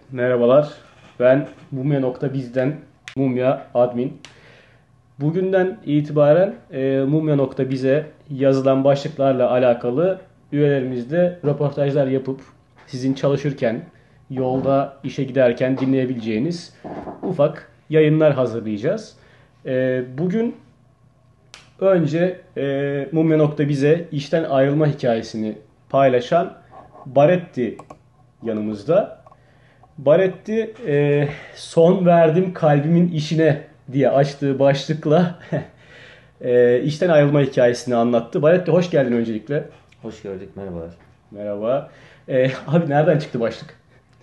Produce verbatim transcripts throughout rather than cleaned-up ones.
Merhabalar. Ben Mumya.bizden Mumya admin. Bugünden itibaren e, Mumya.bize yazılan başlıklarla alakalı üyelerimizle röportajlar yapıp sizin çalışırken, yolda işe giderken dinleyebileceğiniz ufak yayınlar hazırlayacağız. E, bugün önce e, Mumya.bize işten ayrılma hikayesini paylaşan Baretti yanımızda. Baretti e, son verdim kalbimin işine diye açtığı başlıkla e, işten ayrılma hikayesini anlattı. Baretti hoş geldin öncelikle. Hoş gördük, merhabalar. Merhaba. E, abi nereden çıktı başlık?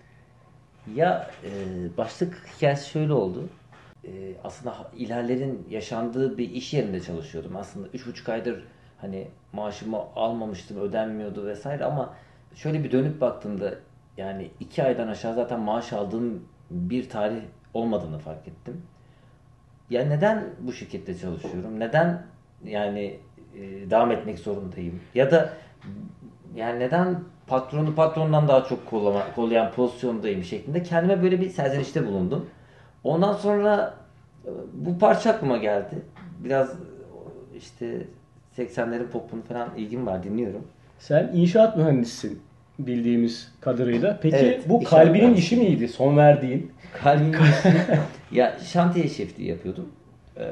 Ya e, başlık hikayesi şöyle oldu. E, aslında ilerlerin yaşandığı bir iş yerinde çalışıyordum. Aslında üç buçuk aydır hani maaşımı almamıştım, ödenmiyordu vesaire ama şöyle bir dönüp baktığımda yani iki aydan aşağı zaten maaş aldığım bir tarih olmadığını fark ettim. Ya neden bu şirkette çalışıyorum? Neden yani e, devam etmek zorundayım? Ya da yani neden patronu patrondan daha çok kollama, kollayan pozisyondayım şeklinde kendime böyle bir serzenişte bulundum. Ondan sonra e, bu parça aklıma geldi. Biraz e, işte seksenlerin popunu falan ilgim var, dinliyorum. Sen inşaat mühendisisin bildiğimiz kadarıyla. Peki Evet, bu inşaat kalbinin işi mühendisiyim. miydi son verdiğin? Kalbimin işi. Ya şantiye şefliği yapıyordum. Ee,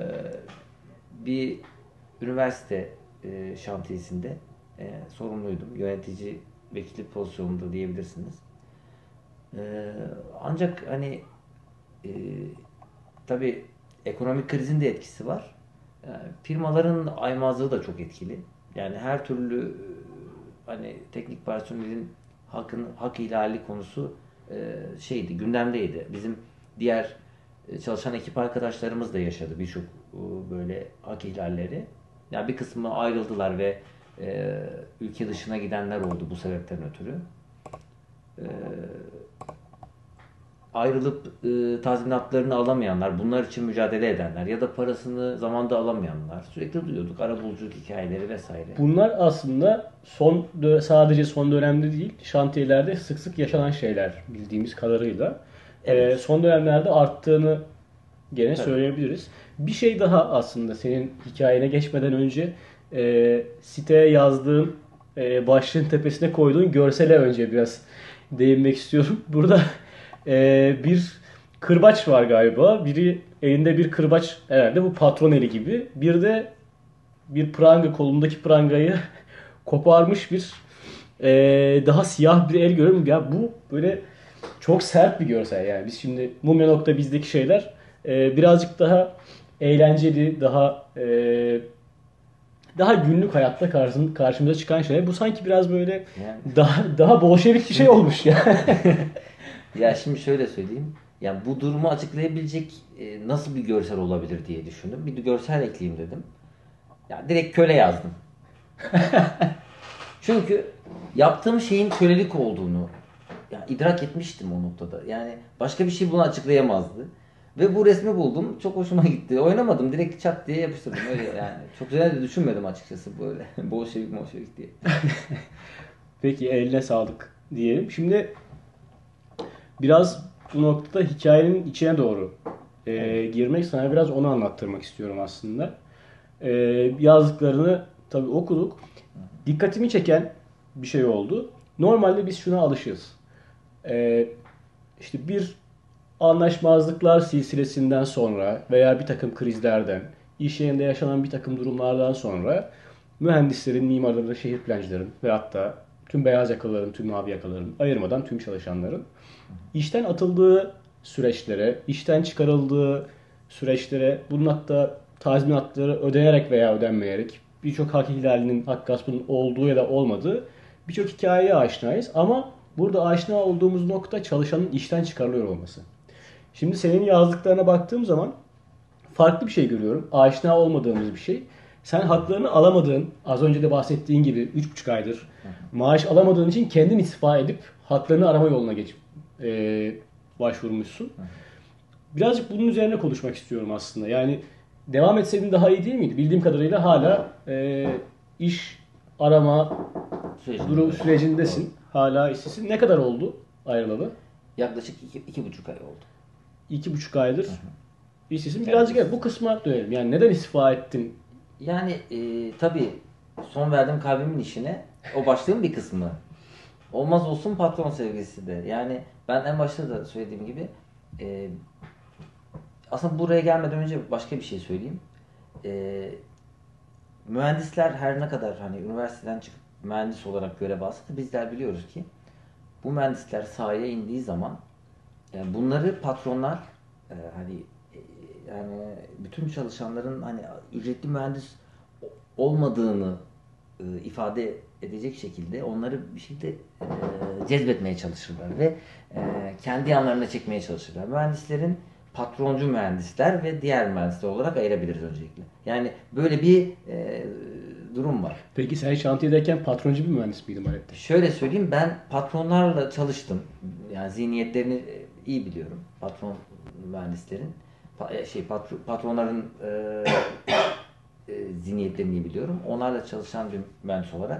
bir üniversite e, şantiyesinde e, sorumluydum. Yönetici vekili pozisyonunda diyebilirsiniz. Ee, ancak hani e, tabii ekonomik krizin de etkisi var. Yani firmaların aymazlığı da çok etkili. Yani her türlü e, hani teknik personelin hakkın hak ihlali konusu e, şeydi, gündemdeydi. Bizim diğer e, çalışan ekip arkadaşlarımız da yaşadı birçok e, böyle hak ihlalleri. Yani bir kısmı ayrıldılar ve e, ülke dışına gidenler oldu bu sebepten ötürü. E, ayrılıp e, tazminatlarını alamayanlar, bunlar için mücadele edenler ya da parasını zamanda alamayanlar sürekli duyuyorduk. Arabuluculuk hikayeleri vesaire. Bunlar aslında son sadece son dönemde değil, şantiyelerde sık sık yaşanan şeyler bildiğimiz kadarıyla. Ee, Evet. son dönemlerde arttığını gene Tabii. söyleyebiliriz. Bir şey daha aslında senin hikayene geçmeden önce e, siteye yazdığın e, başlığın tepesine koyduğun görsele önce biraz değinmek istiyorum. Burada e, bir kırbaç var galiba. Biri elinde bir kırbaç herhalde bu patron eli gibi. Bir de bir pranga kolundaki prangayı koparmış bir e, daha siyah bir el görüyorum. Ya bu böyle çok sert bir görsel yani. Biz şimdi Mumya nokta bizdeki şeyler e, birazcık daha eğlenceli, daha e, daha günlük hayatta karşım, karşımıza çıkan şeyler. Bu sanki biraz böyle Yani daha daha bolşevik bir şey olmuş ya. ya şimdi şöyle söyleyeyim. Yani bu durumu açıklayabilecek e, nasıl bir görsel olabilir diye düşündüm. Bir de görsel ekleyeyim dedim. Ya direkt köle yazdım. Çünkü yaptığım şeyin kölelik olduğunu ya idrak etmiştim o noktada. Yani başka bir şey bunu açıklayamazdı. Ve bu resmi buldum. Çok hoşuma gitti. Oynamadım. Direkt çat diye yapıştırdım. Öyle yani. Çok güzel de düşünmedim açıkçası böyle. Bolşevik bolşevik diye. Peki eline sağlık diyelim. Şimdi biraz bu noktada hikayenin içine doğru Evet. e, girmek, sana biraz onu anlattırmak istiyorum aslında. E, yazdıklarını tabii okuduk. Dikkatimi çeken bir şey oldu. Normalde biz şuna alışığız. E, işte bir anlaşmazlıklar silsilesinden sonra veya bir takım krizlerden, iş yerinde yaşanan bir takım durumlardan sonra mühendislerin, mimarların, şehir plancıların ve hatta tüm beyaz yakalıların, tüm mavi yakalıların ayırmadan tüm çalışanların işten atıldığı süreçlere, işten çıkarıldığı süreçlere, bunun hatta tazminatları ödenerek veya ödenmeyerek birçok hak ihlalinin, hak gaspının olduğu ya da olmadığı birçok hikayeye aşinayız. Ama burada aşina olduğumuz nokta çalışanın işten çıkarılıyor olması. Şimdi senin yazdıklarına baktığım zaman farklı bir şey görüyorum. Aşina olmadığımız bir şey. Sen haklarını alamadığın, az önce de bahsettiğin gibi üç buçuk aydır maaş alamadığın için kendin istifa edip haklarını arama yoluna geç e, başvurmuşsun. Birazcık bunun üzerine konuşmak istiyorum aslında. Yani devam etseydin daha iyi değil miydi? Bildiğim kadarıyla hala e, iş arama Sürecinde durum de. Doğru. sürecindesin. Hala işsizsin. Ne kadar oldu ayrılalı? Yaklaşık iki, iki buçuk ay oldu. İki buçuk aydır işsizim. Birazcık evet, bu kısma dönelim. Yani neden istifa ettin? Yani e, tabii son verdiğim kalbimin işine o başlığın bir kısmı. Olmaz olsun patron sevgisi de. Yani ben en başta da söylediğim gibi e, aslında buraya gelmeden önce başka bir şey söyleyeyim. E, mühendisler her ne kadar hani üniversiteden çıkıp mühendis olarak görev alsa da bizler biliyoruz ki bu mühendisler sahaya indiği zaman yani bunları patronlar e, hani e, yani bütün çalışanların hani ücretli mühendis olmadığını e, ifade edecek şekilde onları bir şekilde e, cezbetmeye çalışırlar ve e, kendi yanlarına çekmeye çalışırlar. Mühendislerin patroncu mühendisler ve diğer mühendisler olarak ayırabiliriz öncelikle. Yani böyle bir e, durum var. Peki sen şantiyedeyken patroncu bir mühendis miydin Malet'te? Şöyle söyleyeyim, ben patronlarla çalıştım. Yani zihniyetlerini e, iyi biliyorum. Patron mühendislerin pa- e, şey patro- patronların e, e, zihniyetlerini iyi biliyorum. Onlarla çalışan bir mühendis olarak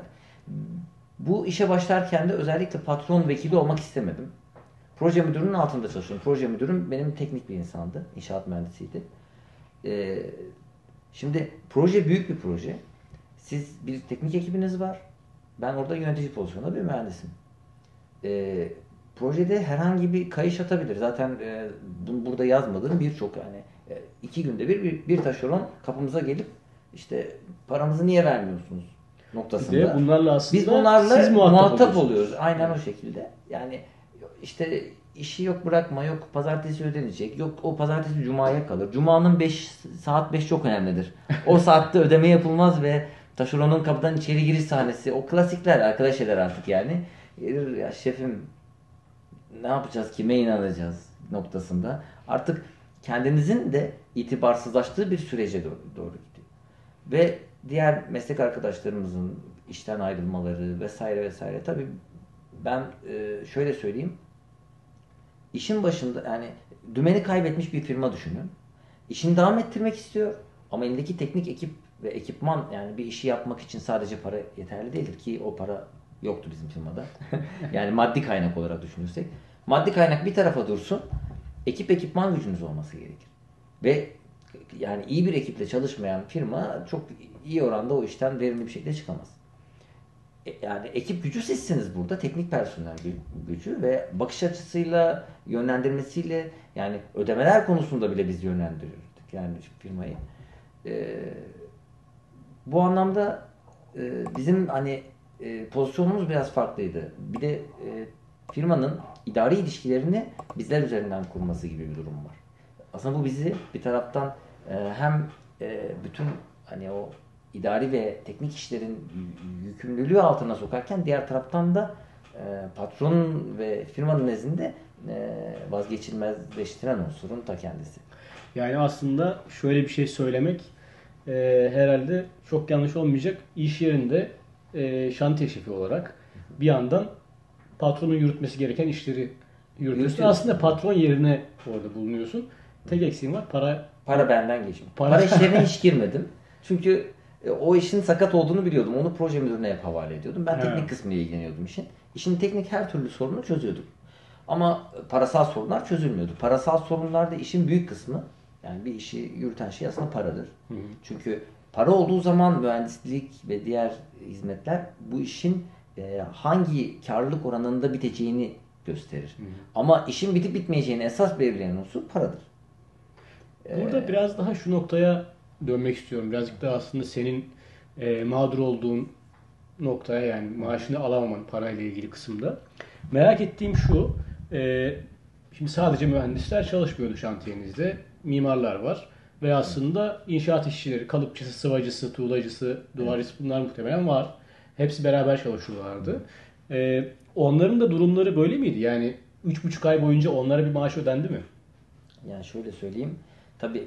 bu işe başlarken de özellikle patron vekili olmak istemedim. Proje müdürünün altında çalışıyorum. Proje müdürüm benim teknik bir insandı. İnşaat mühendisiydi. E, şimdi proje büyük bir proje. Siz bir teknik ekibiniz var. Ben orada yönetici pozisyonunda bir mühendisim. E, projede herhangi bir kayış atabilir. Zaten e, bunu burada yazmadığım birçok yani e, iki günde bir, bir bir taşeron kapımıza gelip işte paramızı niye vermiyorsunuz noktasında. Bir de bunlarla aslında Biz bunlarla siz muhatap, muhatap oluyorsunuz. oluyoruz. Aynen o şekilde. Yani işte işi yok bırakma, yok pazartesi ödenecek, yok o pazartesi cumaya kalır. Cuma'nın beş saat beş çok önemlidir. O saatte ödeme yapılmaz ve taşeronun kapıdan içeri giriş sahnesi, o klasikler arkadaş şeyler artık yani. Gelir ya şefim ne yapacağız, kime inanacağız noktasında. Artık kendinizin de itibarsızlaştığı bir sürece doğru, doğru gidiyor. Ve diğer meslek arkadaşlarımızın işten ayrılmaları vesaire vesaire. Tabii ben e, şöyle söyleyeyim. İşin başında yani dümeni kaybetmiş bir firma düşünün. İşini devam ettirmek istiyor ama elindeki teknik ekip ve ekipman yani bir işi yapmak için sadece para yeterli değildir ki o para yoktu bizim firmada. Yani maddi kaynak olarak düşünürsek. Maddi kaynak bir tarafa dursun. Ekip ekipman gücünüz olması gerekir. Ve yani iyi bir ekiple çalışmayan firma çok iyi oranda o işten verimli bir şekilde çıkamaz. Yani ekip gücü sizsiniz burada. Teknik personel gücü ve bakış açısıyla, yönlendirmesiyle yani ödemeler konusunda bile biz yönlendirirdik yani firmayı. Ee, bu anlamda e, bizim hani e, pozisyonumuz biraz farklıydı. Bir de e, firmanın idari ilişkilerini bizler üzerinden kurması gibi bir durum var. Aslında bu bizi bir taraftan e, hem e, bütün hani o idari ve teknik işlerin yükümlülüğü altına sokarken diğer taraftan da e, patron ve firmanın nezdinde e, vazgeçilmezleştiren unsurun ta kendisi. Yani aslında şöyle bir şey söylemek e, herhalde çok yanlış olmayacak. İş yerinde e, şantiye şefi olarak bir yandan patronun yürütmesi gereken işleri yürütüyorsun. Yürütüyorsun. Aslında patron yerine orada bulunuyorsun. Tek eksiğin var para. Para benden geçmiyor. Para- Para, işlerine hiç girmedim. Çünkü e, o işin sakat olduğunu biliyordum. Onu proje müdürüne hep havale ediyordum. Ben He. teknik kısmıyla ilgileniyordum işin. İşin teknik her türlü sorunu çözüyorduk. Ama parasal sorunlar çözülmüyordu. Parasal sorunlar da işin büyük kısmı. Yani bir işi yürüten şey aslında paradır. Hı hı. Çünkü para olduğu zaman mühendislik ve diğer hizmetler bu işin e, hangi karlılık oranında biteceğini gösterir. Hı hı. Ama işin bitip bitmeyeceğini esas belirleyen unsur paradır. Burada Ee, biraz daha şu noktaya dönmek istiyorum. Birazcık daha aslında senin e, mağdur olduğun noktaya yani maaşını alamaman parayla ilgili kısımda. Merak ettiğim şu. e, şimdi sadece mühendisler çalışmıyordu şantiyenizde. Mimarlar var. Ve aslında inşaat işçileri, kalıpçısı, sıvacısı, tuğlacısı, duvarcısı bunlar muhtemelen var. Hepsi beraber çalışıyorlardı. E, onların da durumları böyle miydi? Yani üç buçuk ay boyunca onlara bir maaş ödendi mi? Yani şöyle söyleyeyim. Tabii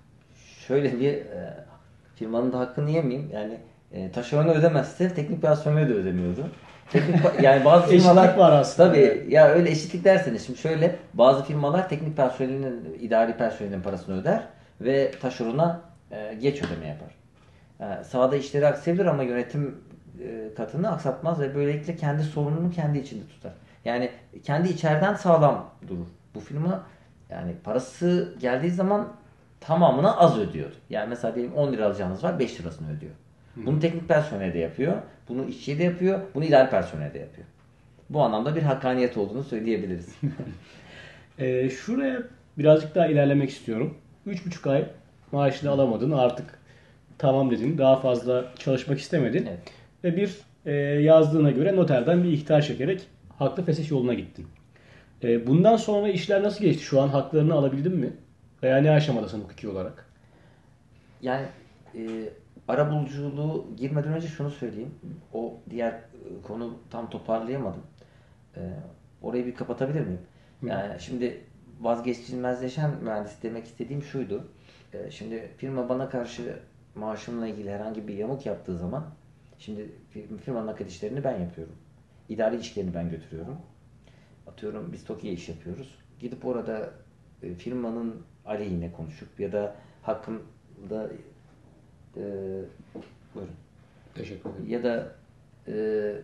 şöyle bir e, firmanın da hakkını yemeyeyim. Yani e, taşeronu ödemezse teknik personeli de ödemiyordu. Teknik, yani bazı firmalar Eşitlik var aslında. tabii ya öyle eşitlik derseniz şimdi şöyle bazı firmalar teknik personelinin idari personelin parasını öder ve taşerona e, geç ödeme yapar. Yani sahada işleri aksayabilir ama yönetim e, katını aksatmaz ve böylelikle kendi sorununu kendi içinde tutar. Yani kendi içeriden sağlam durur. Bu firma yani parası geldiği zaman tamamına az ödüyor. Yani mesela diyelim on lira alacağınız var, beş lirasını ödüyor. Bunu teknik personel de yapıyor. Bunu işçi de yapıyor. Bunu idari personel de yapıyor. Bu anlamda bir hakkaniyet olduğunu söyleyebiliriz. Ee, şuraya birazcık daha ilerlemek istiyorum. Üç buçuk ay maaşını alamadın, artık tamam dedin, daha fazla çalışmak istemedin. Evet. Ve bir e, yazdığına göre noterden bir ihtar çekerek haklı fesih yoluna gittin. E, bundan sonra işler nasıl geçti? Şu an haklarını alabildin mi? Veya ne aşamadasın hukuki olarak? Yani e, arabuluculuğu girmeden önce şunu söyleyeyim. O diğer e, konu tam toparlayamadım. E, orayı bir kapatabilir miyim? Yani şimdi vazgeçilmezleşen mühendis demek istediğim şuydu. E, şimdi firma bana karşı maaşımla ilgili herhangi bir yamuk yaptığı zaman şimdi firmanın akıl işlerini ben yapıyorum. İdari işlerini ben götürüyorum. Atıyorum biz TOKİ'ye iş yapıyoruz. Gidip orada e, firmanın aleyhine konuşup ya da hakkımda e, buyurun. Teşekkür ederim. Ya da e,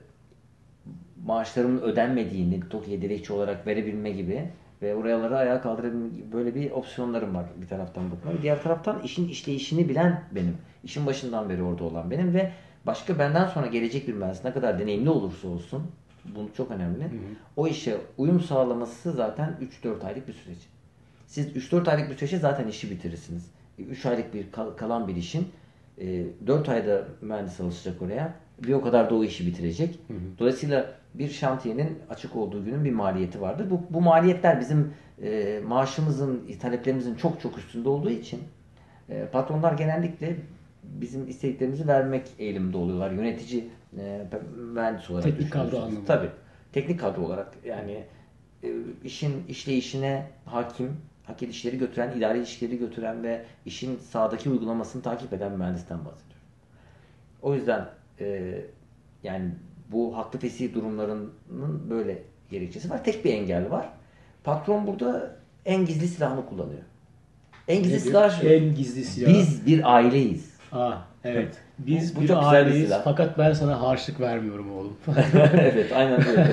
maaşlarımın ödenmediğini TOKİ'ye dilekçe olarak verebilme gibi ve oraları ayağa kaldırabilme gibi böyle bir opsiyonlarım var bir taraftan bakma. Diğer taraftan işin işleyişini bilen benim. İşin başından beri orada olan benim ve başka benden sonra gelecek bir mühendis ne kadar deneyimli olursa olsun bu çok önemli. Hı hı. O işe uyum sağlaması zaten üç dört aylık bir süreç. Siz üç dört aylık bir süreçte zaten işi bitirirsiniz. üç aylık bir kal- kalan bir işin dört ayda mühendis alışacak oraya. Bir o kadar da o işi bitirecek. Hı hı. Dolayısıyla bir şantiyenin açık olduğu günün bir maliyeti vardır. Bu, bu maliyetler bizim e, maaşımızın, taleplerimizin çok çok üstünde olduğu için e, patronlar genellikle bizim istediklerimizi vermek eğiliminde oluyorlar. Yönetici e, mühendis olarak. Teknik kadro anlamında. Tabii. Teknik kadro olarak yani e, işin işleyişine hakim, hak edişleri götüren, idari işleri götüren ve işin sahadaki uygulamasını takip eden mühendisten bahsediyorum. O yüzden e, yani bu haklı fesih durumlarının böyle gerekçesi var. Tek bir engel var. Patron burada en gizli silahını kullanıyor. En gizli Nedir? silah şu. En gizli silah. Biz bir aileyiz. Aa, evet. Biz bu, bu bir aileyiz fakat ben sana harçlık vermiyorum oğlum. Evet, aynen öyle.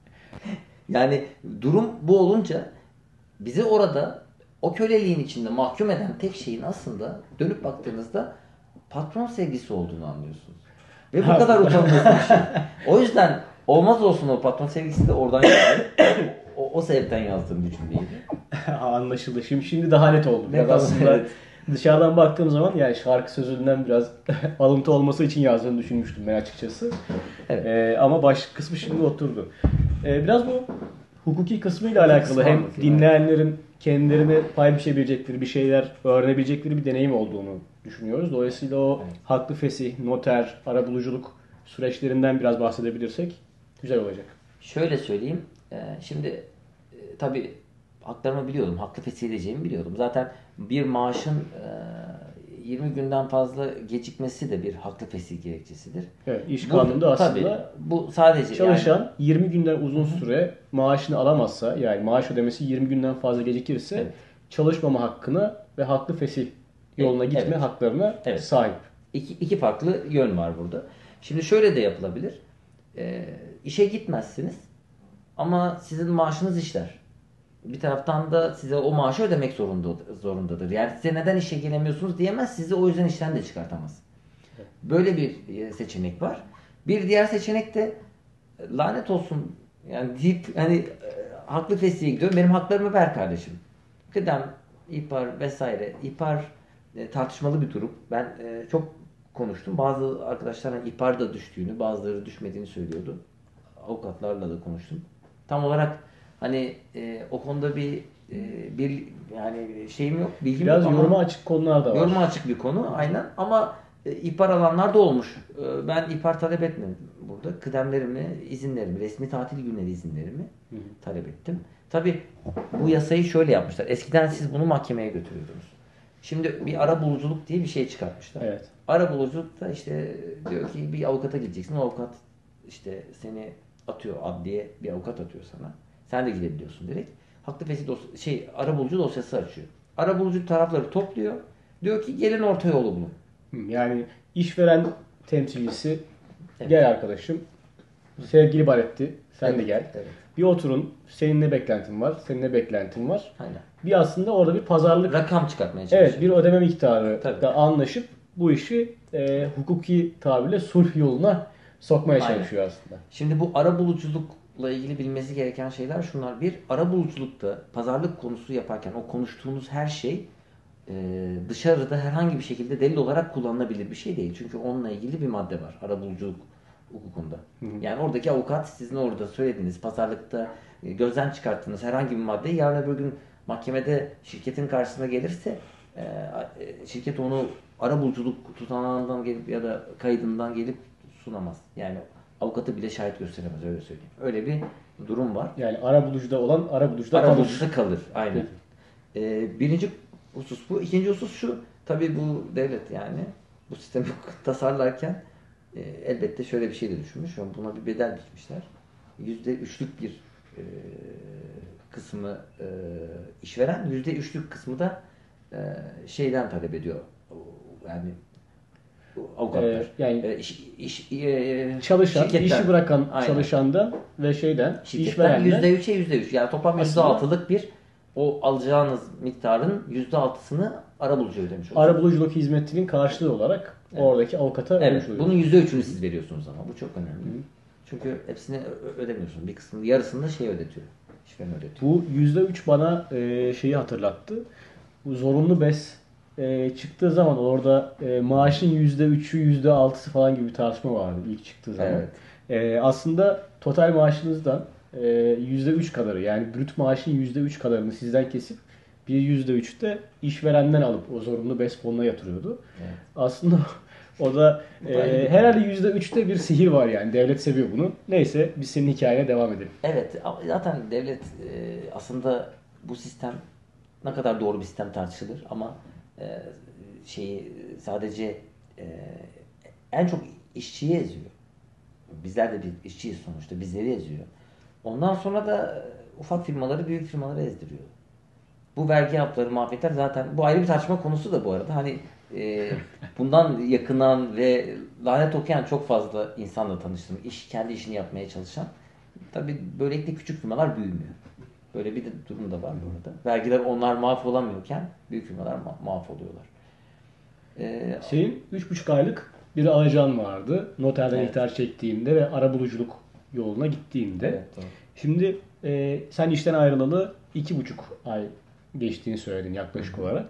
Yani durum bu olunca bizi orada o köleliğin içinde mahkum eden tek şeyin aslında dönüp baktığınızda patron sevgisi olduğunu anlıyorsunuz. Ve bu kadar utanılması bir şey. O yüzden olmaz olsun o patron sevgisi de oradan geldi. O, o sebepten yazdığım bir cümleydi. Anlaşıldı. Şimdi, şimdi daha net oldu. Biraz aslında evet. Dışarıdan baktığım zaman yani şarkı sözünden biraz alıntı olması için yazdığını düşünmüştüm ben açıkçası. Evet. Ee, ama baş kısmı şimdi oturdu. Ee, biraz bu hukuki kısmıyla alakalı hem dinleyenlerin kendilerine pay biçebilecekleri bir şeyler öğrenebilecekleri bir deneyim olduğunu düşünüyoruz. Dolayısıyla o evet. haklı fesih, noter, arabuluculuk süreçlerinden biraz bahsedebilirsek güzel olacak. Şöyle söyleyeyim. Şimdi tabii haklarımı biliyordum. Haklı fesih edeceğimi biliyordum. Zaten bir maaşın yirmi günden fazla gecikmesi de bir haklı fesih gerekçesidir. Evet, iş kanununda aslında tabii, bu sadece çalışan yani, yirmi günden uzun süre maaşını alamazsa yani maaş ödemesi yirmi günden fazla gecikirse evet. çalışmama hakkına ve haklı fesih yoluna gitme evet. haklarına evet. sahip. İki, iki farklı yön var burada. Şimdi şöyle de yapılabilir. E, işe gitmezsiniz ama sizin maaşınız işler. Bir taraftan da size o maaşı ödemek zorundadır. zorundadır. Yani size neden işe gelemiyorsunuz diyemez. Sizi o yüzden işten de çıkartamaz. Böyle bir seçenek var. Bir diğer seçenek de lanet olsun yani deyip hani e, haklı fesliğe gidiyorum. Benim haklarımı ver kardeşim. Kıdem, ihbar vesaire. İhbar e, tartışmalı bir durum. Ben e, çok konuştum. Bazı arkadaşlarla ihbar da düştüğünü, bazıları düşmediğini söylüyordu. Avukatlarla da konuştum. Tam olarak hani e, o konuda bir e, bir yani şeyim yok, bilgim Biraz yok ama yoruma açık konular da var. Yoruma açık bir konu aynen ama e, ihbar alanlar da olmuş. E, ben ihbar talep etmedim burada. Kıdemlerimi, izinlerimi, resmi tatil günleri izinlerimi hı hı. talep ettim. Tabii bu yasayı şöyle yapmışlar. Eskiden siz bunu mahkemeye götürüyordunuz. Şimdi bir ara buluculuk diye bir şey çıkartmışlar. Evet. Ara buluculukta işte diyor ki bir avukata gideceksin. O avukat işte seni atıyor adliye bir avukat atıyor sana. Sen de gidebiliyorsun direkt. Haklı fesih dosya, şey arabulucu dosyası açıyor. Arabulucu tarafları topluyor. Diyor ki gelin orta yolu bulun. Yani işveren temsilcisi evet. gel arkadaşım. Sevgili Baretti sen evet. de gel. Evet. Bir oturun. Senin ne beklentin var? Senin ne beklentin var? Aynen. Bir aslında orada bir pazarlık. Rakam çıkartmaya çalışıyor. Evet, bir ödeme miktarı Tabii. da anlaşıp bu işi e, hukuki tabirle sulh yoluna sokmaya Aynen. çalışıyor aslında. Şimdi bu ara buluculukla ilgili bilmesi gereken şeyler şunlar. Bir, ara buluculukta pazarlık konusu yaparken o konuştuğunuz her şey e, dışarıda herhangi bir şekilde delil olarak kullanılabilir bir şey değil. Çünkü onunla ilgili bir madde var ara buluculuk hukukunda. Hı hı. Yani oradaki avukat sizin orada söylediğiniz pazarlıkta e, gözden çıkarttığınız herhangi bir maddeyi yarın öbür gün mahkemede şirketin karşısına gelirse e, e, şirket onu ara buluculuk tutanağından gelip ya da kaydından gelip sunamaz. Yani avukatı bile şahit gösteremez, öyle söyleyeyim. Öyle bir durum var. Yani ara bulucuda olan ara bulucuda Ara kalır. bulucuda kalır. Aynen. Ee, birinci husus bu. İkinci husus şu. Tabii bu devlet yani bu sistemi tasarlarken e, elbette şöyle bir şey de düşünmüş. Yani buna bir bedel biçmişler. Yüzde üçlük bir e, kısmı e, işveren, yüzde üçlük kısmı da e, şeyden talep ediyor. Yani avukatlar. Ee, yani e, iş, iş, e, çalışan, şirketler. işi bırakan Aynen. çalışandan ve şeyden, Şirketler işverenden yüzde üçe yüzde üç. Yani toplam yüzde Aslında- altılık bir o alacağınız miktarın yüzde altısını arabulucu ödemiş oluyorsunuz. ara buluculuk hizmetinin karşılığı olarak Evet. oradaki avukata Evet. ödemiş oluyorsunuz. Bunun yüzde üçünü siz veriyorsunuz ama. Bu çok önemli. Çünkü hepsini ö- ödemiyorsun. Bir kısmını, yarısını da şey ödetiyor. İşveren ödetiyor. Bu yüzde üç bana e, şeyi hatırlattı. Bu zorunlu bes e, çıktığı zaman orada e, maaşın yüzde üçü, yüzde altısı falan gibi bir tartışma vardı ilk çıktığı zaman. Evet. E, aslında total maaşınızdan e, yüzde üç kadarı, yani brüt maaşın yüzde üç kadarını sizden kesip bir yüzde üç de işverenden alıp o zorunlu bes fonuna yatırıyordu. Evet. Aslında o da Bu da ayrı e, bir herhalde yüzde üçte bir sihir var yani. Devlet seviyor bunu. Neyse biz senin hikayene devam edelim. Evet. ama Zaten devlet e, aslında bu sistem ne kadar doğru bir sistem tartışılır ama e, şeyi sadece e, en çok işçiyi eziyor. Bizler de bir işçiyiz sonuçta. Bizleri eziyor. Ondan sonra da ufak firmaları büyük firmaları ezdiriyor. Bu vergi hapları, muhabbetler zaten bu ayrı bir tartışma konusu da bu arada. Hani e, bundan yakınan ve lanet okuyan çok fazla insanla tanıştım. İş, kendi işini yapmaya çalışan. Tabii böylelikle küçük firmalar büyümüyor. Böyle bir de durum da var bu arada. Vergiler onlar mahvolamıyorken büyük firmalar ma- mahvoluyorlar. E, Senin üç buçuk aylık bir alacağın vardı. Noterden Evet. ihtar çektiğinde ve arabuluculuk yoluna gittiğinde. Evet, doğru. Şimdi e, sen işten ayrılalı iki buçuk ay geçtiğini söyledin yaklaşık olarak.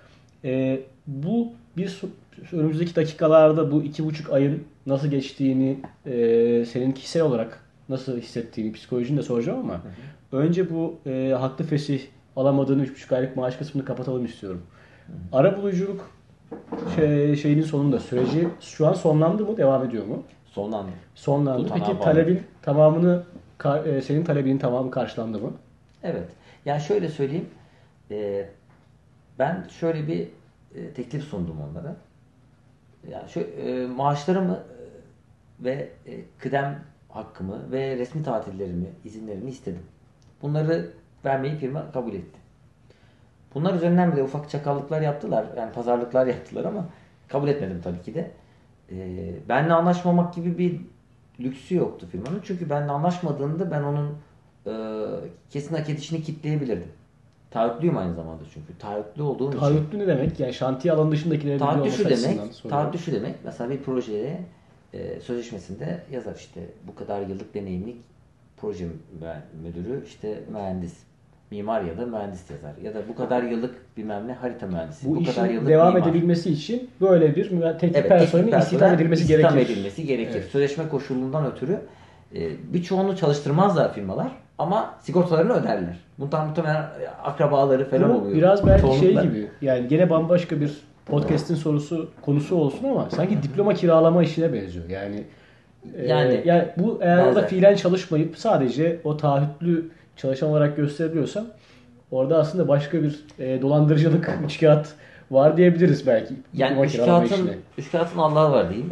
E, bu bir so- önümüzdeki dakikalarda bu iki buçuk ayın nasıl geçtiğini, e, senin kişisel olarak nasıl hissettiğini, psikolojini de soracağım ama önce bu e, haklı fesih alamadığın üç buçuk aylık maaş kısmını kapatalım istiyorum. Arabuluculuk şey, şeyinin sonunda süreci şu an sonlandı mı, devam ediyor mu? Sonlandı. Sonlandı. Tutanağa Peki bağlı. talebin tamamını ka- e, senin talebinin tamamı karşılandı mı? Evet. Yani şöyle söyleyeyim. e, ben şöyle bir e, teklif sundum onlara. Yani şu e, maaşlarımı e, ve e, kıdem hakkımı ve resmi tatillerimi, izinlerimi istedim. Bunları vermeyi firma kabul etti. Bunlar üzerinden bile ufak çakallıklar yaptılar. Yani pazarlıklar yaptılar ama kabul etmedim tabii ki de. E, benle anlaşmamak gibi bir lüksü yoktu firmanın. Çünkü benle anlaşmadığında ben onun e, kesin hak edişini kitleyebilirdim. Taahhütlüyüm aynı zamanda çünkü. Taahhütlü olduğum için. Taahhütlü ne demek? Yani şantiye alanı dışındakileri biliyor Taahhütlü olması şu açısından demek. soruyorum. Taahhütlü şu demek. Mesela bir projeye e, sözleşmesinde yazar işte bu kadar yıllık deneyimlik proje mü- müdürü işte mühendis. Mimar ya da mühendis yazar. Ya da bu kadar yıllık bilmem ne harita mühendisi. Bu, Bu, kadar işin yıllık devam mimar. edebilmesi için böyle bir mühe- teknik Evet, personelin teknik istihdam personel edilmesi istihdam gerekir. edilmesi gerekir. Evet. Sözleşme koşulundan ötürü e, birçoğunu çalıştırmazlar firmalar ama sigortalarını öderler. Bundan muhtemelen akrabaları falan Bu oluyor. biraz belki Çoğunlukla. şey gibi. Yani gene bambaşka bir podcast'in sorusu konusu olsun ama sanki diploma kiralama işine benziyor. Yani e, Yani- yani bu eğer orada Benzer. fiilen çalışmayıp sadece o taahhütlü çalışan olarak gösteriliyorsa orada aslında başka bir e, dolandırıcılık, üçkağıt var diyebiliriz belki. Yani diploma üç kiralama kağıtın, işine. üç kağıtın Allah'ı var diyeyim.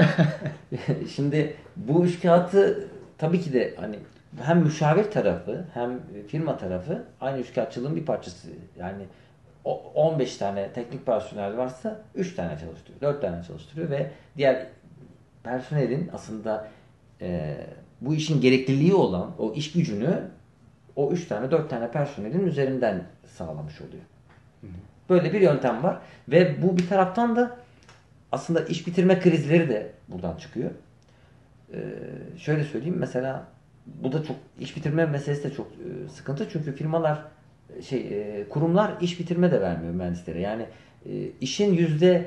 Şimdi bu üç kağıtı tabii ki de hani hem müşavir tarafı hem firma tarafı aynı üç kağıtçılığın bir parçası. Yani o- on beş tane teknik personel varsa üç tane çalıştırıyor, dört tane çalıştırıyor ve diğer personelin aslında e, bu işin gerekliliği olan o iş gücünü o üç tane dört tane personelin üzerinden sağlamış oluyor. Böyle bir yöntem var ve bu bir taraftan da aslında iş bitirme krizleri de buradan çıkıyor. Ee, şöyle söyleyeyim, mesela bu da çok, iş bitirme meselesi de çok e, sıkıntı, çünkü firmalar e, şey e, kurumlar iş bitirme de vermiyor mühendislere. Yani e, işin yüzde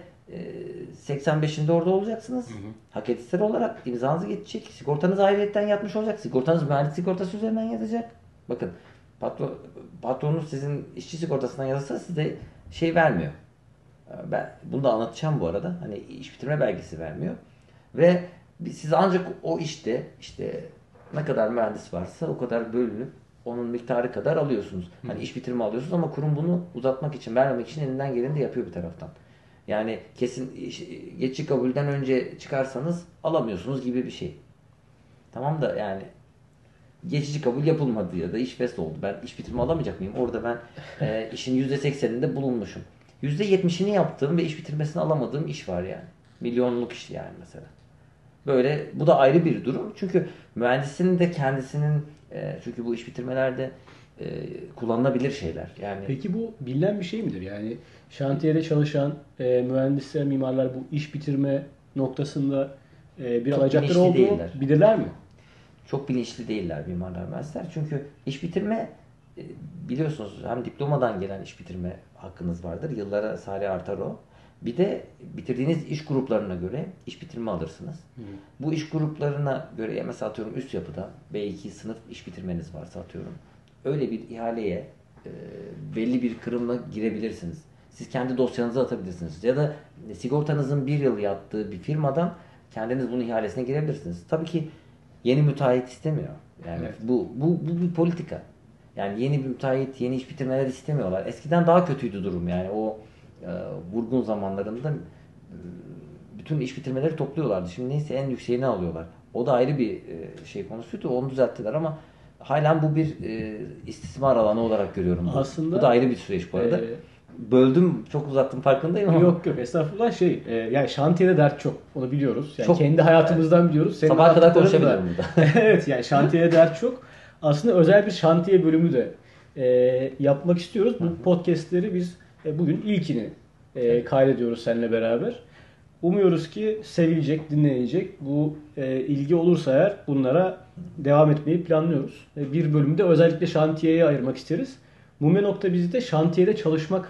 seksen beşinde orada olacaksınız. Hı hı. Hak etişleri olarak imzanızı geçecek. Sigortanız ayrıyetten yatmış olacak. Sigortanız mühendis sigortası üzerinden yatacak. Bakın, patron, patronunuz sizin işçi sigortasından yazarsa size şey vermiyor. Ben bunu da anlatacağım bu arada. Hani iş bitirme belgesi vermiyor. Ve siz ancak o işte işte ne kadar mühendis varsa o kadar bölünüp onun miktarı kadar alıyorsunuz. Hani iş bitirme alıyorsunuz ama kurum bunu uzatmak için, vermemek için elinden geleni de yapıyor bir taraftan. Yani kesin geçici kabulden önce çıkarsanız alamıyorsunuz gibi bir şey. Tamam da yani geçici kabul yapılmadı ya da iş fest oldu. Ben iş bitirme alamayacak mıyım? Orada ben e, işin yüzde sekseninde bulunmuşum. yüzde yetmişini yaptığım ve iş bitirmesini alamadığım iş var yani. Milyonluk iş yani mesela. Böyle, bu da ayrı bir durum. Çünkü mühendisin de kendisinin e, çünkü bu iş bitirmelerde e, kullanılabilir şeyler. Yani Peki bu bilinen bir şey midir? Yani şantiyede çalışan e, mühendisler, mimarlar bu iş bitirme noktasında e, bir Çok alacakları bilinçli olduğunu değiller. bilirler mi? çok bilinçli değiller mimarlar, mühendisler. Çünkü iş bitirme, e, biliyorsunuz, hem diplomadan gelen iş bitirme hakkınız vardır. Yıllara sari artar o. Bir de bitirdiğiniz iş gruplarına göre iş bitirme alırsınız. Hı. Bu iş gruplarına göre, mesela atıyorum üst yapıda B iki sınıf iş bitirmeniz varsa atıyorum, öyle bir ihaleye e, belli bir kırımla girebilirsiniz. Siz kendi dosyanızı atabilirsiniz. Ya da sigortanızın bir yıl yattığı bir firmadan kendiniz bunun ihalesine girebilirsiniz. Tabii ki yeni müteahhit istemiyor. Yani evet. bu, bu bu bir politika. Yani yeni bir müteahhit, yeni iş bitirmeler istemiyorlar. Eskiden daha kötüydü durum yani. O e, vurgun zamanlarında e, bütün iş bitirmeleri topluyorlardı. Şimdi neyse en yükseğini alıyorlar. O da ayrı bir e, şey konusuydu. Onu düzelttiler ama halen bu bir e, istismar alanı olarak görüyorum. Bu. Aslında bu da ayrı bir süreç bu arada. E, Böldüm, çok uzattım farkındayım ama. Yok yok, estağfurullah, şey e, yani şantiyede dert çok, onu biliyoruz. Yani çok, kendi hayatımızdan evet. biliyoruz. Senin Sabah kadar konuşabilirim burada. Evet, yani şantiyede dert çok. Aslında özel bir şantiye bölümü de e, yapmak istiyoruz. Bu podcastleri biz e, bugün ilkini e, kaydediyoruz seninle beraber. Umuyoruz ki sevilecek, dinlenecek. Bu e, ilgi olursa eğer bunlara devam etmeyi planlıyoruz. E, bir bölümü de özellikle şantiyeye ayırmak isteriz. Mumya nokta bizde şantiyede çalışmak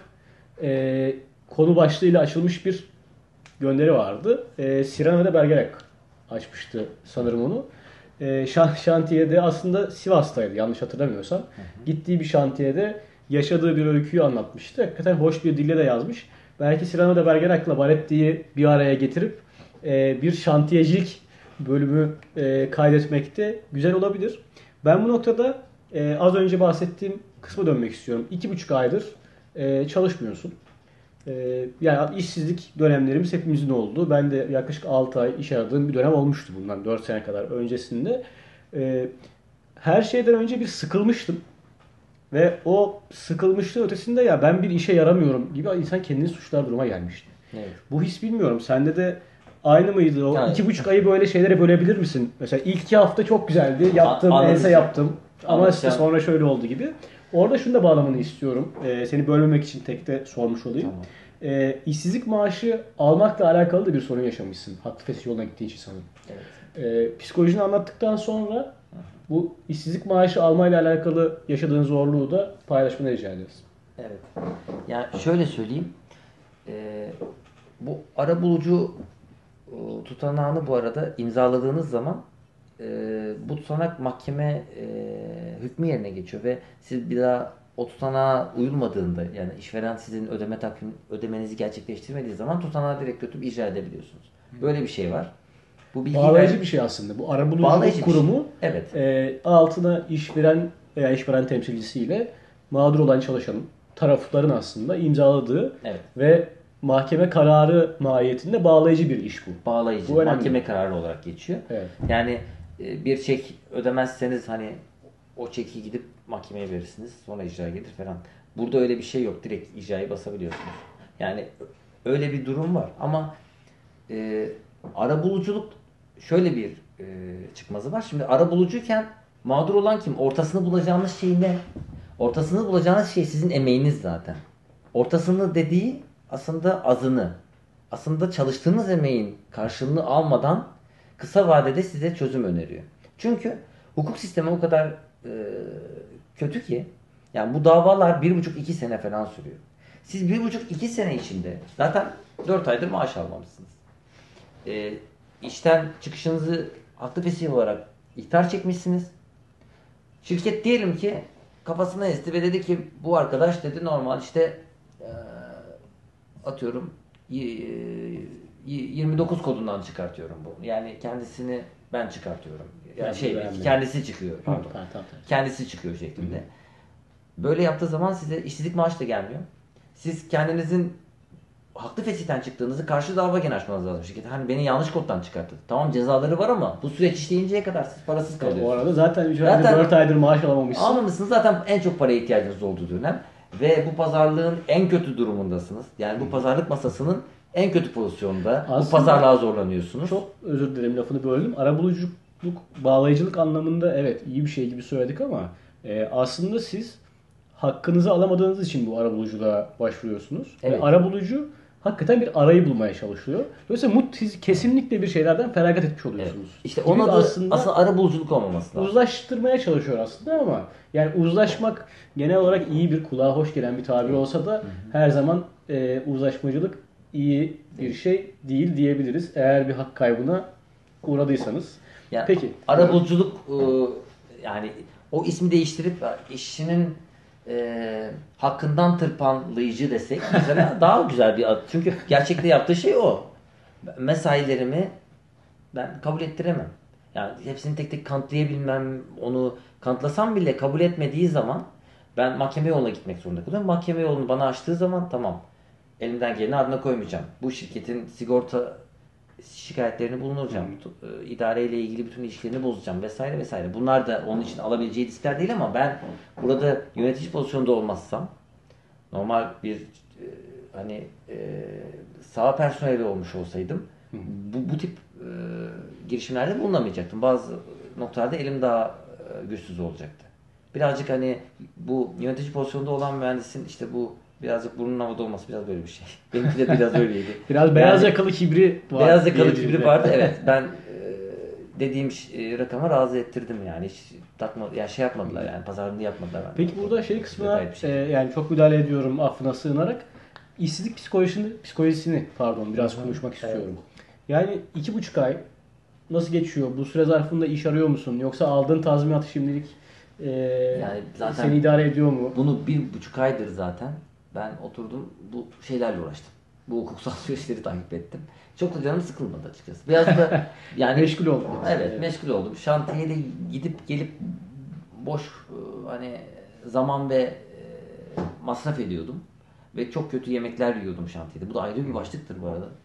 e, konu başlığıyla açılmış bir gönderi vardı. E, Sirena de Bergerac açmıştı sanırım onu. E, şantiyede aslında Sivas'taydı yanlış hatırlamıyorsam. Hı hı. Gittiği bir şantiyede yaşadığı bir öyküyü anlatmıştı. Hakikaten hoş bir dille de yazmış. Belki Cyrano de Bergerac'la Baretti'yi bir araya getirip e, bir şantiyecilik bölümü e, kaydetmekte güzel olabilir. Ben bu noktada e, az önce bahsettiğim kısma dönmek istiyorum. İki buçuk aydır e, çalışmıyorsun. E, yani işsizlik dönemlerimiz hepimizin oldu. Ben de yaklaşık altı ay iş aradığım bir dönem olmuştu bundan dört sene kadar öncesinde. E, her şeyden önce bir sıkılmıştım. Ve o sıkılmışlığın ötesinde ya ben bir işe yaramıyorum gibi insan kendini suçlar duruma gelmişti. Evet. Bu his bilmiyorum. Sende de aynı mıydı? O yani, iki buçuk ayı böyle şeylere bölebilir misin? Mesela ilk iki hafta çok güzeldi. Yaptım, ense yaptım. Ama işte sonra şöyle oldu gibi. Orada şunu da bağlamanı istiyorum. Ee, seni bölmemek için tek de sormuş olayım. Tamam. Ee, işsizlik maaşı almakla alakalı da bir sorun yaşamışsın. Haklı fesih yoluna gittiğin için sanırım. Evet. Ee, psikolojini anlattıktan sonra bu işsizlik maaşı almayla alakalı yaşadığın zorluğu da paylaşmanı rica ederiz. Evet. Yani şöyle söyleyeyim. E, bu arabulucu e, tutanağını bu arada imzaladığınız zaman e, bu tutanak mahkeme e, hükmü yerine geçiyor ve siz bir daha o tutanağa uyulmadığında, yani işveren sizin ödeme takvim ödemenizi gerçekleştirmediği zaman tutanağı direkt götürüp icra edebiliyorsunuz. Böyle bir şey var. Bu bağlayıcı bir şey aslında. Bu arabuluculuk kurumu şey. Evet. e, altına işveren veya işveren temsilcisiyle mağdur olan çalışanın tarafların aslında imzaladığı evet. ve mahkeme kararı mahiyetinde bağlayıcı bir iş bu. Bağlayıcı. Bu mahkeme kararı olarak geçiyor. Evet. Yani e, bir çek ödemezseniz hani o çeki gidip mahkemeye verirsiniz. Sonra icra gelir falan. Burada öyle bir şey yok. Direkt icrayı basabiliyorsunuz. Yani öyle bir durum var. Ama e, arabuluculuk şöyle bir e, çıkmazı var. Şimdi arabulucuyken Mağdur olan kim? Ortasını bulacağınız şey ne? Ortasını bulacağınız şey sizin emeğiniz zaten. Ortasını dediği aslında azını. Aslında çalıştığınız emeğin karşılığını almadan kısa vadede size çözüm öneriyor. Çünkü hukuk sistemi o kadar e, kötü ki yani bu davalar bir buçuk iki sene falan sürüyor. Siz bir buçuk iki sene içinde zaten dört aydır maaş almamışsınız. E, işten çıkışınızı haklı fesih olarak ihtar çekmişsiniz. Şirket diyelim ki kafasına esti ve dedi ki bu arkadaş dedi normal işte e, atıyorum yirmi dokuz kodundan çıkartıyorum bu. Yani kendisini ben çıkartıyorum. Yani Ben şey beğenmedim. kendisi çıkıyor. Pardon. Hı, tamam, tamam. Kendisi çıkıyor şeklinde. Böyle yaptığı zaman size işsizlik maaşı da gelmiyor. Siz kendinizin haklı fesihten çıktığınızı karşı dava gene açmanız lazım şirkete. Hani beni yanlış koddan çıkarttı. Tamam cezaları var ama bu süreç işleyinceye kadar siz parasız kalıyorsunuz. O arada zaten üç aydır Zaten- dört aydır maaş alamamışsın. Almamışsınız zaten en çok paraya ihtiyacınız olduğu dönem. Ve bu pazarlığın en kötü durumundasınız. Yani bu pazarlık masasının en kötü pozisyonda. Bu Aslında- pazarlığa zorlanıyorsunuz. Çok özür dilerim lafını böldüm. Arabuluculuk, bağlayıcılık anlamında evet iyi bir şey gibi söyledik ama e, aslında siz hakkınızı alamadığınız için bu arabuluculuğa başvuruyorsunuz. Evet. Ve arabulucu hakikaten bir arayı bulmaya çalışıyor. Dolayısıyla mut, siz kesinlikle bir şeylerden feragat etmiş Evet. oluyorsunuz. İşte Gibi onun adı aslında, aslında, ara buluculuk olmaması lazım. uzlaştırmaya çalışıyor aslında ama yani uzlaşmak genel olarak iyi bir kulağa hoş gelen bir tabir olsa da her zaman e, uzlaşmacılık iyi bir şey değil diyebiliriz. Eğer bir hak kaybına uğradıysanız. Yani Peki. arabuluculuk e, yani o ismi değiştirip işçinin e, hakkından tırpanlayıcı desek mesela daha güzel bir ad. Çünkü gerçekte yaptığı şey o. Mesailerimi ben kabul ettiremem. Yani hepsini tek tek kanıtlayabilmem, onu kanıtlasam bile kabul etmediği zaman ben mahkeme yoluna gitmek zorunda kalıyorum. Mahkeme yolunu bana açtığı zaman tamam. Elimden geleni ardına koymayacağım. Bu şirketin sigorta şikayetlerini bulunacağım. E, İdareyle ilgili bütün ilişkilerini bozacağım vesaire vesaire. Bunlar da onun için alabileceği riskler değil ama ben burada yönetici pozisyonda olmazsam normal bir e, hani e, saha personeli olmuş olsaydım bu, bu tip e, girişimlerde bulunamayacaktım. Bazı noktalarda elim daha e, güçsüz olacaktı. Birazcık hani bu yönetici pozisyonda olan mühendisin işte bu birazcık burnun havada olması biraz böyle bir şey. Benimki de biraz öyleydi. Biraz beyaz Yani- yakalı kibri var. Beyaz yakalı diyebiliriz. kibri vardı evet. Ben e, dediğim ş- e, rakama razı ettirdim yani. Hiç takma, ya şey yapmadılar yani pazarlığını yapmadılar. Ben. Peki burada şey kısmına Detaylı bir şey. e, yani çok müdahale ediyorum affına sığınarak işsizlik psikolojisini, psikolojisini pardon biraz konuşmak istiyorum. Yani iki buçuk ay nasıl geçiyor? Bu süre zarfında iş arıyor musun? Yoksa aldığın tazminat şimdilik e, Yani zaten- seni idare ediyor mu? Bunu bir buçuk aydır zaten ben oturdum bu şeylerle uğraştım. Bu hukuksal süreçleri takip ettim. Çok da canım sıkılmadı açıkçası. Biraz da yani Meşgul oldun. Evet, meşgul oldum. Şantiyede gidip gelip boş e, hani zaman ve e, masraf ediyordum. Ve çok kötü yemekler yiyordum şantiyede. Bu da ayrı bir başlıktır bu arada.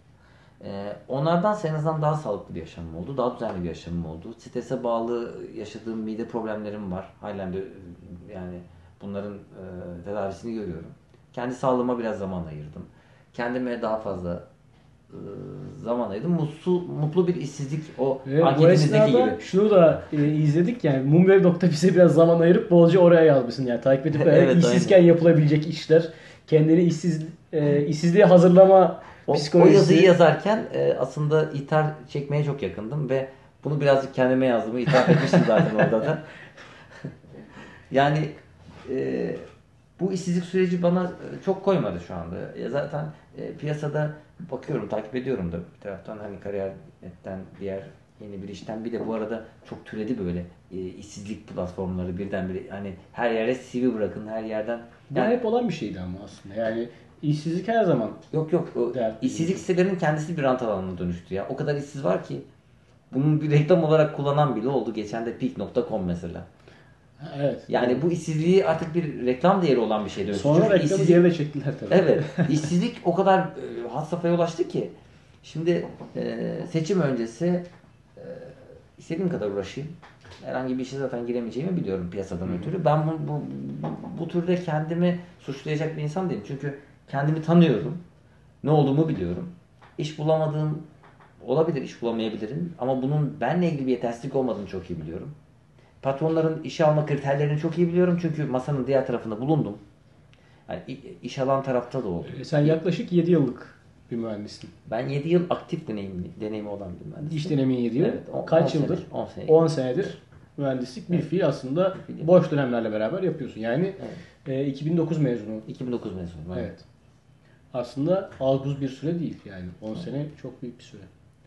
E, onlardan en azından daha sağlıklı bir yaşamım oldu. Daha düzenli bir yaşamım oldu. Strese bağlı yaşadığım mide problemlerim var. Halen de e, yani bunların e, tedavisini görüyorum. Kendi sağlığıma biraz zaman ayırdım. Kendime daha fazla e, zaman ayırdım. Mutlu, mutlu bir işsizlik o Ve bu anketinizdeki esnada gibi. şunu da e, izledik yani mumweb nokta bize biraz zaman ayırıp bolca oraya yazmışsın yani takip edip yani Evet, işsizken yapılabilecek işler, kendini işsiz e, işsizliğe hazırlama O, o psikolojisi. yazıyı yazarken e, aslında ithal çekmeye çok yakındım ve bunu birazcık kendime yazdığımı itiraf etmiştim zaten orada da. Yani e, bu işsizlik süreci bana e, çok koymadı şu anda. E, zaten e, piyasada bakıyorum, takip ediyorum da bir taraftan hani kariyer.net'ten diğer yeni bir işten bir de bu arada çok türedi böyle e, işsizlik platformları birdenbire hani her yere C V bırakın her yerden. Bu Yani- hep olan bir şeydi ama aslında yani işsizlik her zaman. Yok yok. O Dert işsizlik değil. sitelerinin kendisi bir rant alanına dönüştü ya. O kadar işsiz var ki bunun bir reklam olarak kullanan bile oldu. Geçen de peak nokta com mesela. Evet. Yani bu işsizliği artık bir reklam değeri olan bir şey dönüştü. Sonra Çünkü reklamı işsizlik- geri de çektiler tabii. Evet. işsizlik o kadar e, had safhaya ulaştı ki şimdi e, seçim öncesi e, istediğim kadar uğraşayım. Herhangi bir işe zaten giremeyeceğimi biliyorum piyasadan ötürü. Ben bu, bu, bu türde kendimi suçlayacak bir insan değilim. Çünkü kendimi tanıyorum. Ne olduğumu biliyorum. İş bulamadığım olabilir, iş bulamayabilirim. Ama bunun benle ilgili bir yetersizlik olmadığını çok iyi biliyorum. patronların işe alma kriterlerini çok iyi biliyorum. Çünkü masanın diğer tarafında bulundum. Yani iş alan tarafta da oldu. E, sen yaklaşık yedi yıllık bir mühendissin. Ben yedi yıl aktif deneyimli, deneyimi olan bir mühendisim. İş denemin yedi yıl. Evet, on, Kaç on yıldır? Sene, on sene. on senedir mühendislik bir evet. fiil aslında bir boş dönemlerle beraber yapıyorsun. Yani evet. e, iki bin dokuz mezunu. iki bin dokuz mezunu. Evet. evet. Aslında az buz bir süre değil yani. on evet. sene çok büyük bir süre.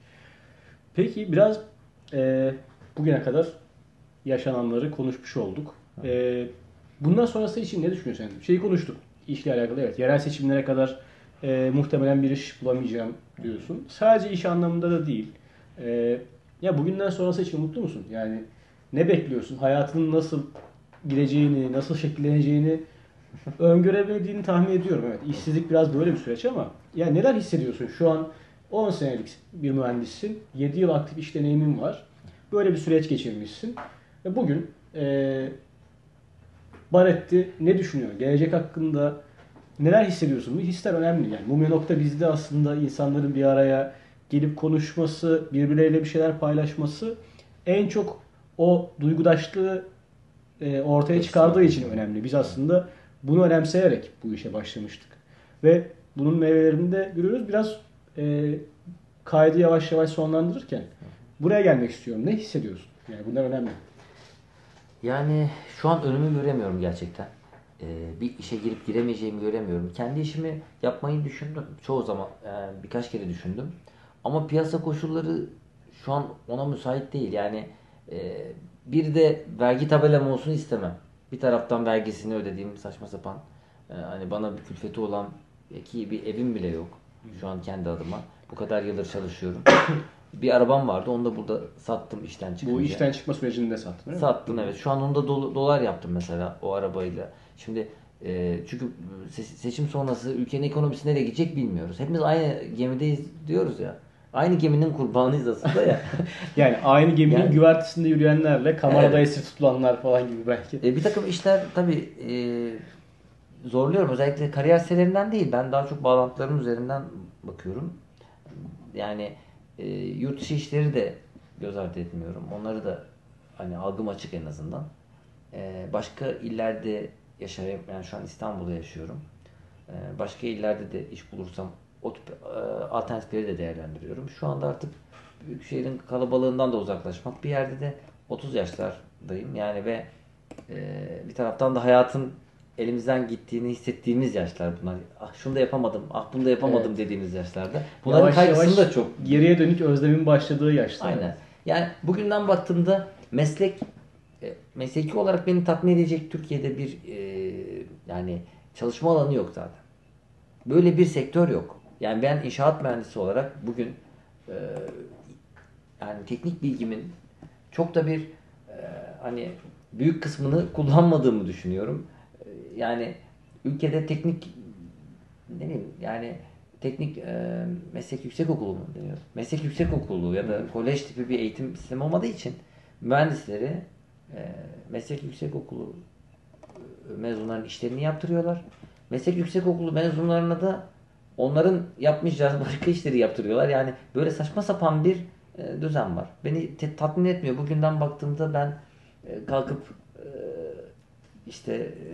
Peki biraz e, bugüne kadar yaşananları konuşmuş olduk. E, bundan sonrası için ne düşünüyorsun? Şeyi konuştuk. İşle alakalı evet. Yerel seçimlere kadar e, muhtemelen bir iş bulamayacağım diyorsun. Sadece iş anlamında da değil. E, ya bugünden sonrası için mutlu musun? Yani ne bekliyorsun? Hayatının nasıl gideceğini, nasıl şekilleneceğini öngörebildiğini tahmin ediyorum. Evet, işsizlik biraz böyle bir süreç ama yani neler hissediyorsun? Şu an on senelik bir mühendissin. yedi yıl aktif iş deneyimin var. Böyle bir süreç geçirmişsin. Ve bugün e, Baretti ne düşünüyor? Gelecek hakkında neler hissediyorsun? Bu hisler önemli. Yani Mumya nokta bizde aslında insanların bir araya gelip konuşması, birbirleriyle bir şeyler paylaşması en çok o duygudaşlığı e, ortaya çıkardığı için önemli. Biz aslında bunu önemseyerek bu işe başlamıştık. Ve bunun meyvelerini de görüyoruz. Biraz e, kaydı yavaş yavaş sonlandırırken buraya gelmek istiyorum. Ne hissediyorsun? Yani bunlar önemli. Yani şu an önümü göremiyorum gerçekten. Ee, bir işe girip giremeyeceğimi göremiyorum. Kendi işimi yapmayı düşündüm. Çoğu zaman yani birkaç kere düşündüm. Ama piyasa koşulları şu an ona müsait değil. Yani e, bir de vergi tabelam olsun istemem. Bir taraftan vergisini ödediğim saçma sapan e, hani bana bir külfeti olan ki bir evim bile yok. Şu an kendi adıma. Bu kadar yıldır çalışıyorum. Bir arabam vardı. Onu da burada sattım işten çıkınca. Bu işten çıkma sürecinde sattın değil mi? Sattım evet. Şu an onu da do- dolar yaptım mesela o arabayla. Şimdi e, çünkü se- seçim sonrası ülkenin ekonomisi nereye gidecek bilmiyoruz. Hepimiz aynı gemideyiz diyoruz ya. Aynı geminin kurbanıyız aslında ya. Yani aynı geminin Yani- güvertesinde yürüyenlerle kamerada Evet. esir tutulanlar falan gibi belki. E, bir takım işler tabii e, zorluyorum. Özellikle kariyer sitelerinden değil. Ben daha çok bağlantılarım üzerinden bakıyorum. Yani e, yurt dışı işleri de göz ardı etmiyorum. Onları da hani algım açık en azından. E, başka illerde yaşayayım. Yani şu an İstanbul'da yaşıyorum. E, başka illerde de iş bulursam o tip e, alternatifleri de değerlendiriyorum. Şu anda artık büyük şehrin kalabalığından da uzaklaşmak. Bir yerde de otuz yaşlardayım. Yani ve e, bir taraftan da hayatın elimizden gittiğini hissettiğimiz yaşlar bunlar. Ah şunu da yapamadım, ah bunu da yapamadım Evet. dediğimiz yaşlarda. Bunların Yavaş kaygısını yavaş da çok. geriye dönük özlemin başladığı yaşlar. Aynen. Yani bugünden baktığımda meslek e, mesleki olarak beni tatmin edecek Türkiye'de bir e, yani çalışma alanı yok zaten. Böyle bir sektör yok. Yani ben inşaat mühendisi olarak bugün e, yani teknik bilgimin çok da bir e, hani büyük kısmını kullanmadığımı düşünüyorum. E, yani ülkede teknik ne bileyim yani teknik e, meslek yüksekokulu mu deniyor? Meslek yüksekokulu ya da kolej tipi bir eğitim sistemi olmadığı için mühendisleri e, meslek yüksekokulu mezunlarının işlerini yaptırıyorlar. Meslek yüksekokulu mezunlarına da onların yapmayacağı başka işleri yaptırıyorlar. Yani böyle saçma sapan bir e, düzen var. Beni te- tatmin etmiyor. Bugünden baktığımda ben e, kalkıp e, işte e,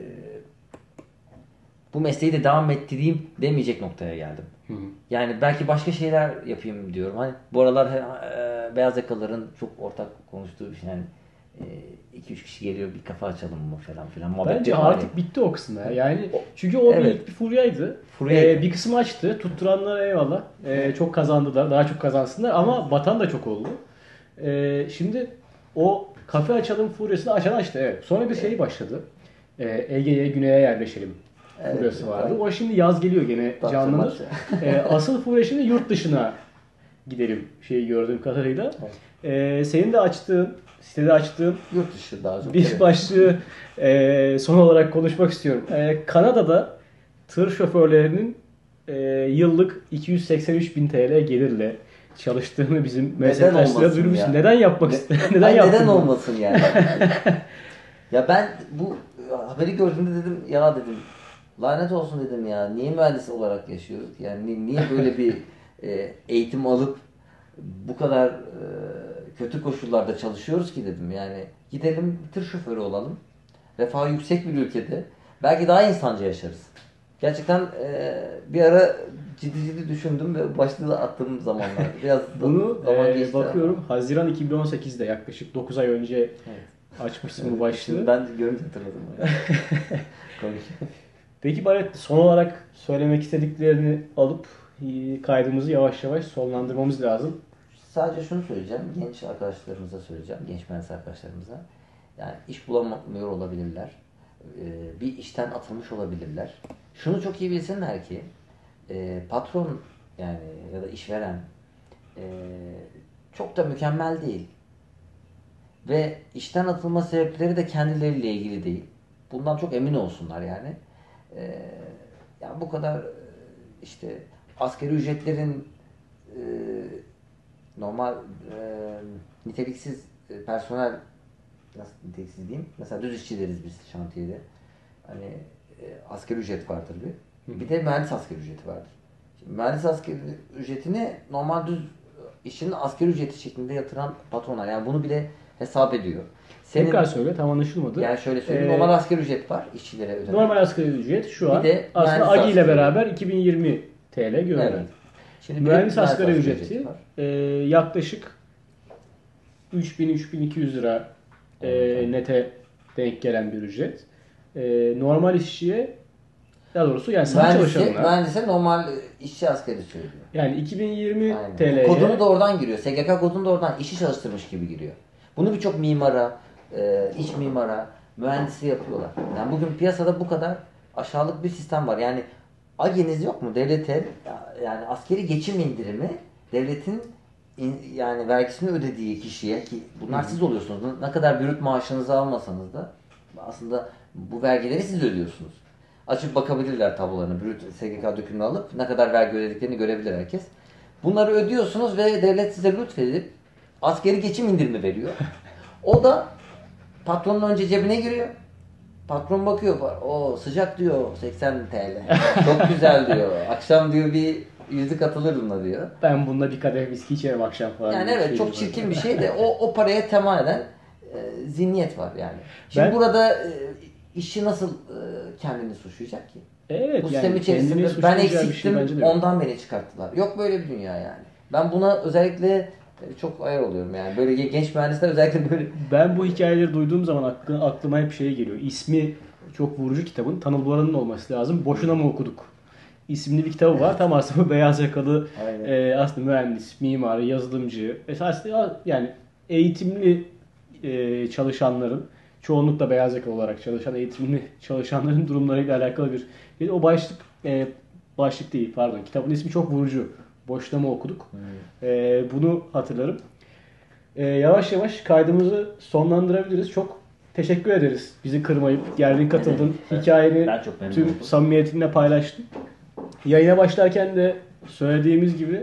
bu mesleği de devam ettireyim demeyecek noktaya geldim. Hı hı. Yani belki başka şeyler yapayım diyorum. Hani bu aralar e, beyaz yakalıların çok ortak konuştuğu bir şey. Yani iki üç kişi geliyor bir kafa açalım mı falan filan. Muhabbet Bence var artık ya. bitti o kısım ya. Yani çünkü o bir, Evet. ilk bir furyaydı. Furyaydı. Ee, bir kısmı açtı. Tutturanlar eyvallah. Ee, çok kazandılar. Daha çok kazansınlar ama batan da çok oldu. Ee, şimdi o kafe açalım furyasını açan açtı. Evet. Sonra bir şey başladı. Ee, Ege'ye, güneye yerleşelim Evet, furyası vardı. evet. O şimdi yaz geliyor gene Batı, canlanır. batı. Ee, asıl furya şimdi yurt dışına gidelim şeyi gördüğüm kadarıyla. Ee, senin de açtığın, sitede açtığın Yurt dışı daha çok. bir evet. başlığı e, son olarak konuşmak istiyorum. E, Kanada'da tır şoförlerinin e, yıllık iki yüz seksen üç bin T L gelirle çalıştığını bizim meslektaşlara olmasın duyurmuşsun. ya? Neden yapmak Ne- istedin? Neden Ay, yaptın neden bunu? olmasın yani? Ya ben bu haberi gördüğümde dedim ya dedim lanet olsun dedim ya. Niye mühendis olarak yaşıyoruz? Yani ni- niye böyle bir e, eğitim alıp bu kadar e, kötü koşullarda çalışıyoruz ki dedim. Yani gidelim tır şoförü olalım. Refahı yüksek bir ülkede. Belki daha insanca yaşarız. Gerçekten e, bir ara ciddi ciddi düşündüm ve başlığı attığım zamanlar. Biraz Bunu zaman e, geçti bakıyorum ama. Haziran iki bin on sekizde yaklaşık dokuz ay önce Evet. açmışsın bu başlığı. Şimdi ben görünce hatırladım. Konuşayım. Peki Barret, son olarak söylemek istediklerini alıp e, kaydımızı yavaş yavaş sonlandırmamız lazım. Sadece şunu söyleyeceğim. Genç arkadaşlarımıza söyleyeceğim. Genç mühendis arkadaşlarımıza. Yani iş bulamıyor olabilirler. Ee, bir işten atılmış olabilirler. Şunu çok iyi bilsinler ki e, patron yani ya da işveren e, çok da mükemmel değil. Ve işten atılma sebepleri de kendileriyle ilgili değil. Bundan çok emin olsunlar yani. Ee, yani bu kadar işte asgari ücretlerin e, normal e, niteliksiz e, personel nasıl niteliksiz diyeyim? Mesela düz işçi deriz biz şantiyede. Hani e, asgari ücret vardır bir. Bir de mühendis asgari ücreti vardır. Şimdi mühendis asgari ücretini normal düz işçinin asgari ücreti şeklinde yatıran patronlar. Yani bunu bile hesap ediyor. Senin, Tekrar söyle, tam anlaşılmadı. Yani şöyle söyleyeyim, ee, normal asgari ücret var işçilere ödenen. Normal asgari ücret şu an bir de aslında A G I ile beraber iki bin yirmi T L görünüyor. Evet. Şimdi mühendis asgari ücreti e, yaklaşık üç bin üç bin iki yüz lira e, nete denk gelen bir ücret. E, normal işçiye, daha doğrusu yani saha çalışanına. Mühendise normal işçi asgari söylüyor. Yani iki bin yirmi T L'ye. Kodunu da oradan giriyor. S G K kodunu da oradan işi çalıştırmış gibi giriyor. Bunu birçok mimara, e, iç mimara, mühendisi yapıyorlar. Yani bugün piyasada bu kadar aşağılık bir sistem var. Yani A G E'niz yok mu? Devlete yani askeri geçim indirimi devletin in, yani vergisini ödediği kişiye ki bunlar siz oluyorsunuz. Ne kadar brüt maaşınızı almasanız da aslında bu vergileri siz ödüyorsunuz. Açıp bakabilirler tablolarını. Brüt S G K dökümünü alıp ne kadar vergi ödediklerini görebilir herkes. Bunları ödüyorsunuz ve devlet size lütfedip askeri geçim indirimi veriyor. O da patronun önce cebine giriyor. Patron bakıyor. O sıcak diyor seksen T L. Çok güzel diyor. Akşam diyor bir yüzlük atılır buna diyor. Ben bununla bir kadeh viski içerim akşam falan. Yani evet, çok çirkin bir şey de o, o paraya temas eden e, zihniyet var yani. Şimdi ben, burada e, işçi nasıl e, kendini suçlayacak ki? Evet, bu yani sistem içerisinde ben eksiktim şey ondan beni çıkarttılar. Yok böyle bir dünya yani. Ben buna özellikle çok ayar oluyorum yani. Böyle genç mühendisler özellikle böyle. Ben bu hikayeleri duyduğum zaman aklıma hep şey geliyor. İsmi çok vurucu kitabın. Tanıl Boran'ın olması lazım. Boşuna mı okuduk? İsimli bir kitabı var. Tam aslında beyaz yakalı e, aslında mühendis, mimar, yazılımcı. Aslında yani eğitimli e, çalışanların, çoğunlukla beyaz yakalı olarak çalışan eğitimli çalışanların durumlarıyla alakalı bir, bir o başlık e, başlık değil pardon. Kitabın ismi çok vurucu. Boşuna mı okuduk? Hmm. E, bunu hatırlarım. E, yavaş yavaş kaydımızı sonlandırabiliriz. Çok teşekkür ederiz. Bizi kırmayıp geldin, katıldın. Evet, hikayeni tüm oldum. Samimiyetinle paylaştın. Yayına başlarken de söylediğimiz gibi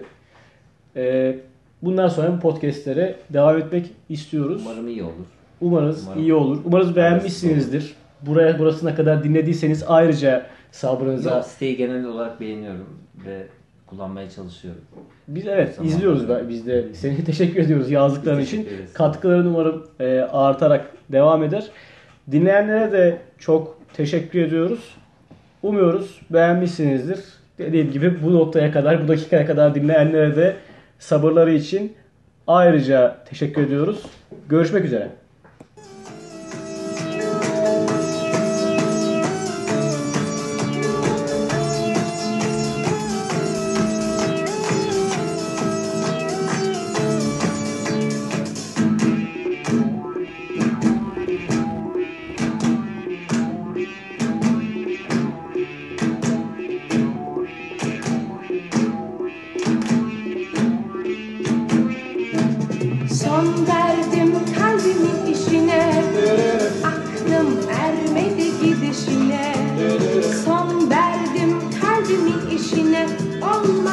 e, bundan sonra bu podcastlere devam etmek istiyoruz. Umarım iyi olur. Umarız Umarım. iyi olur. Umarız beğenmişsinizdir. Buraya burasına kadar dinlediyseniz ayrıca sabrınıza... Yok, siteyi genel olarak beğeniyorum ve kullanmaya çalışıyorum. Biz evet Zamanında. izliyoruz. Biz de seni teşekkür ediyoruz yazdıkların için. Katkıların umarım e, artarak devam eder. Dinleyenlere de çok teşekkür ediyoruz. Umuyoruz beğenmişsinizdir. Dediğim gibi bu noktaya kadar, bu dakikaya kadar dinleyenlere de sabırları için ayrıca teşekkür ediyoruz. Görüşmek üzere. Son verdim kalbimin işine. Allah